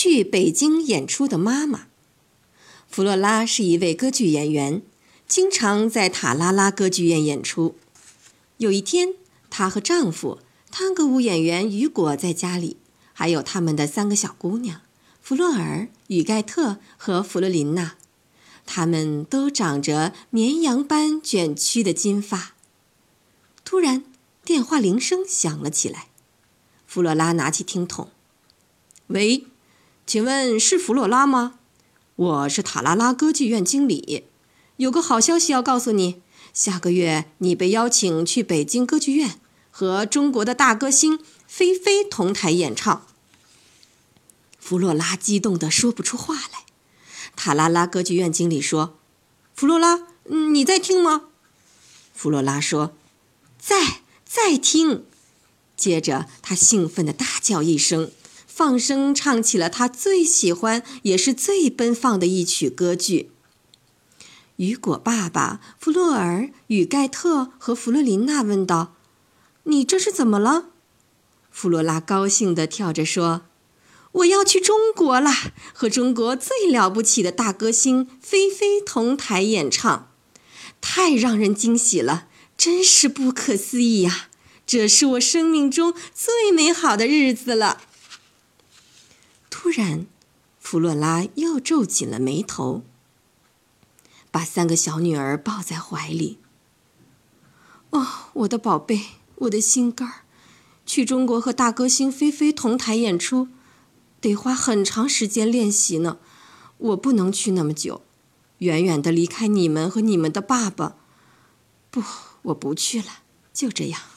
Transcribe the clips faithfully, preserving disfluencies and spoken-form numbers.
去北京演出的妈妈。弗洛拉是一位歌剧演员，经常在塔拉拉歌剧院演出。有一天，她和丈夫探戈舞演员雨果在家里，还有他们的三个小姑娘弗洛尔、雨盖特和弗洛琳娜，她们都长着绵羊般卷曲的金发。突然，电话铃声响了起来。弗洛拉拿起听筒：“喂，请问是弗洛拉吗？我是塔拉拉歌剧院经理，有个好消息要告诉你，下个月你被邀请去北京歌剧院和中国的大歌星菲菲同台演唱。”弗洛拉激动地说不出话来。塔拉拉歌剧院经理说：“弗洛拉，你在听吗？”弗洛拉说：“在，在听。”接着他兴奋地大叫一声，放声唱起了他最喜欢也是最奔放的一曲歌剧。雨果爸爸、弗洛尔、雨盖特和弗洛琳娜问道：“你这是怎么了？”弗洛拉高兴地跳着说：“我要去中国啦，和中国最了不起的大歌星菲菲同台演唱，太让人惊喜了，真是不可思议呀！这是我生命中最美好的日子了。”突然，弗洛拉又皱紧了眉头，把三个小女儿抱在怀里。“哦，我的宝贝，我的心肝儿，去中国和大歌星菲菲同台演出，得花很长时间练习呢。我不能去那么久，远远地离开你们和你们的爸爸。不，我不去了，就这样。”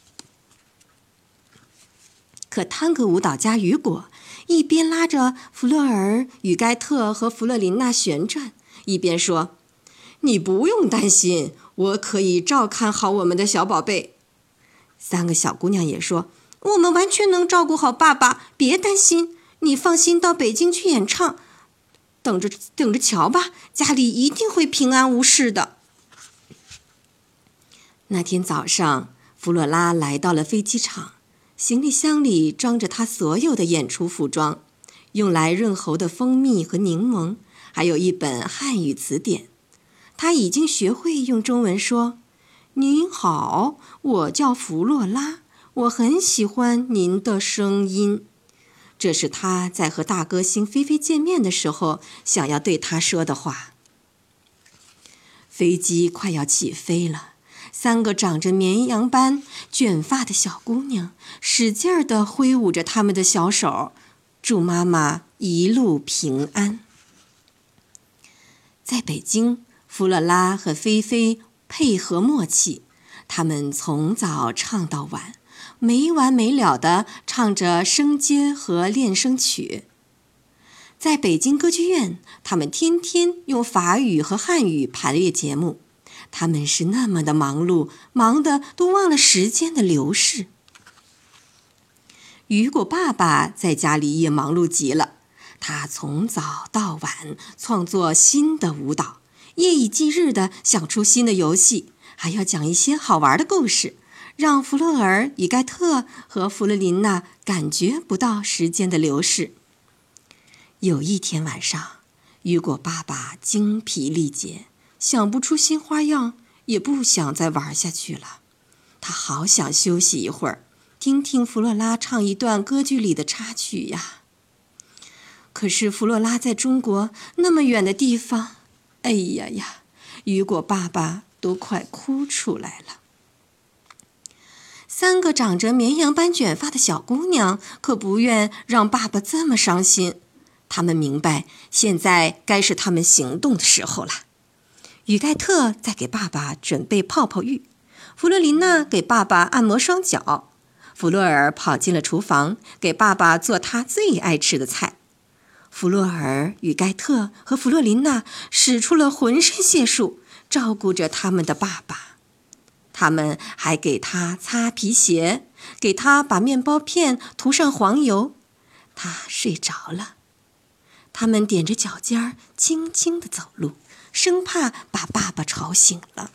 可探戈舞蹈家雨果一边拉着弗洛尔、雨盖特和弗洛琳娜旋转，一边说：“你不用担心，我可以照看好我们的小宝贝。”三个小姑娘也说：“我们完全能照顾好爸爸，别担心，你放心到北京去演唱，等着等着瞧吧，家里一定会平安无事的。”那天早上，弗洛拉来到了飞机场，行李箱里装着她所有的演出服装，用来润喉的蜂蜜和柠檬，还有一本汉语词典。她已经学会用中文说：“您好，我叫弗洛拉，我很喜欢您的声音。”这是她在和大歌星菲菲见面的时候想要对她说的话。飞机快要起飞了。三个长着绵羊般卷发的小姑娘使劲儿地挥舞着她们的小手，祝妈妈一路平安。在北京，弗洛拉和菲菲配合默契，他们从早唱到晚，没完没了地唱着声阶和练声曲。在北京歌剧院，他们天天用法语和汉语排列节目，他们是那么的忙碌，忙得都忘了时间的流逝。雨果爸爸在家里也忙碌极了，他从早到晚创作新的舞蹈，夜以继日地想出新的游戏，还要讲一些好玩的故事，让弗洛尔、雨盖特和弗洛琳娜感觉不到时间的流逝。有一天晚上，雨果爸爸精疲力竭，想不出新花样，也不想再玩下去了。他好想休息一会儿，听听弗洛拉唱一段歌剧里的插曲呀。可是弗洛拉在中国那么远的地方，哎呀呀，雨果爸爸都快哭出来了。三个长着绵羊般卷发的小姑娘可不愿让爸爸这么伤心，他们明白现在该是他们行动的时候了。雨盖特在给爸爸准备泡泡浴，弗洛琳娜给爸爸按摩双脚，弗洛尔跑进了厨房，给爸爸做他最爱吃的菜。弗洛尔、雨盖特和弗洛琳娜使出了浑身解数，照顾着他们的爸爸。他们还给他擦皮鞋，给他把面包片涂上黄油。他睡着了。他们踮着脚尖儿，轻轻地走路，生怕把爸爸吵醒了。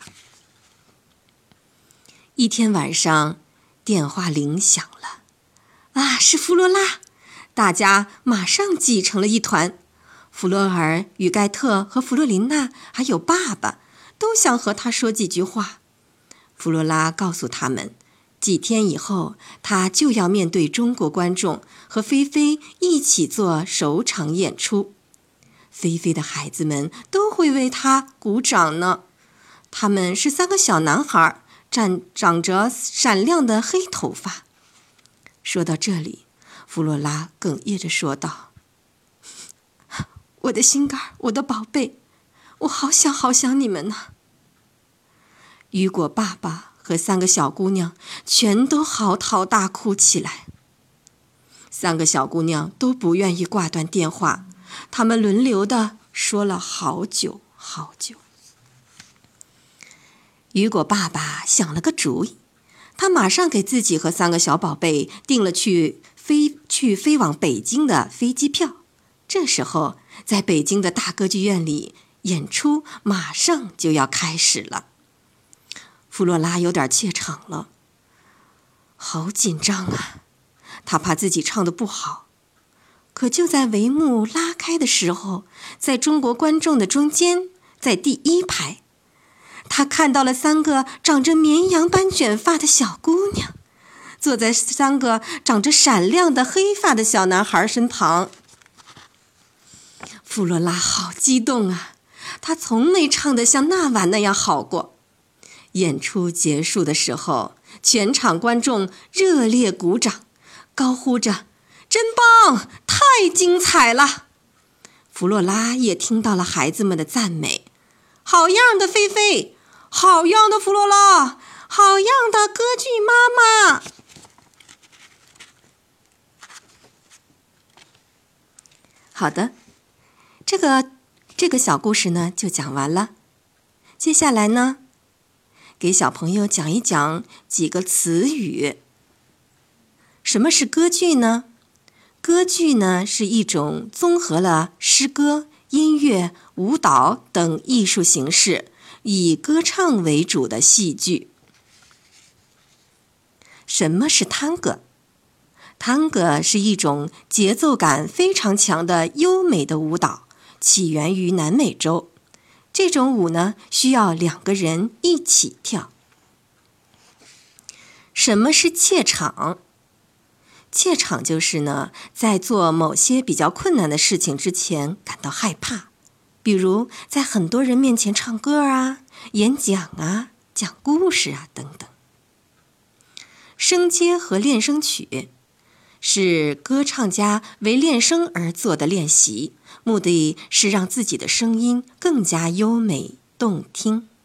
一天晚上，电话铃响了。啊，是弗洛拉！ 大家马上挤成了一团。弗洛尔与盖特和弗洛琳娜还有爸爸都想和他说几句话。弗洛拉告诉他们，几天以后他就要面对中国观众，和菲菲一起做首场演出。菲菲的孩子们都会为他鼓掌呢。他们是三个小男孩，长长着闪亮的黑头发。说到这里，弗洛拉哽咽着说道：我的心肝，我的宝贝，我好想好想你们呢。雨果爸爸和三个小姑娘全都嚎啕大哭起来。三个小姑娘都不愿意挂断电话，她们轮流地说了好久好久。雨果爸爸想了个主意，他马上给自己和三个小宝贝订了去飞去飞往北京的飞机票。这时候，在北京的大歌剧院里，演出马上就要开始了。弗洛拉有点怯场了，好紧张啊，他怕自己唱得不好。可就在帷幕拉开的时候，在中国观众的中间，在第一排，他看到了三个长着绵羊般卷发的小姑娘，坐在三个长着闪亮的黑发的小男孩身旁。弗洛拉好激动啊，他从没唱得像那晚那样好过。演出结束的时候，全场观众热烈鼓掌，高呼着真棒，太精彩了。弗洛拉也听到了孩子们的赞美，好样的菲菲，好样的弗洛拉，好样的歌剧妈妈。好的，这个这个小故事呢就讲完了。接下来呢，给小朋友讲一讲几个词语。什么是歌剧呢？歌剧呢是一种综合了诗歌、音乐、舞蹈等艺术形式，以歌唱为主的戏剧。什么是探戈？探戈是一种节奏感非常强的优美的舞蹈，起源于南美洲。这种舞呢，需要两个人一起跳。什么是怯场？怯场就是呢，在做某些比较困难的事情之前感到害怕，比如在很多人面前唱歌啊、演讲啊、讲故事啊等等。声阶和练声曲是歌唱家为练声而做的练习，目的是让自己的声音更加优美动听。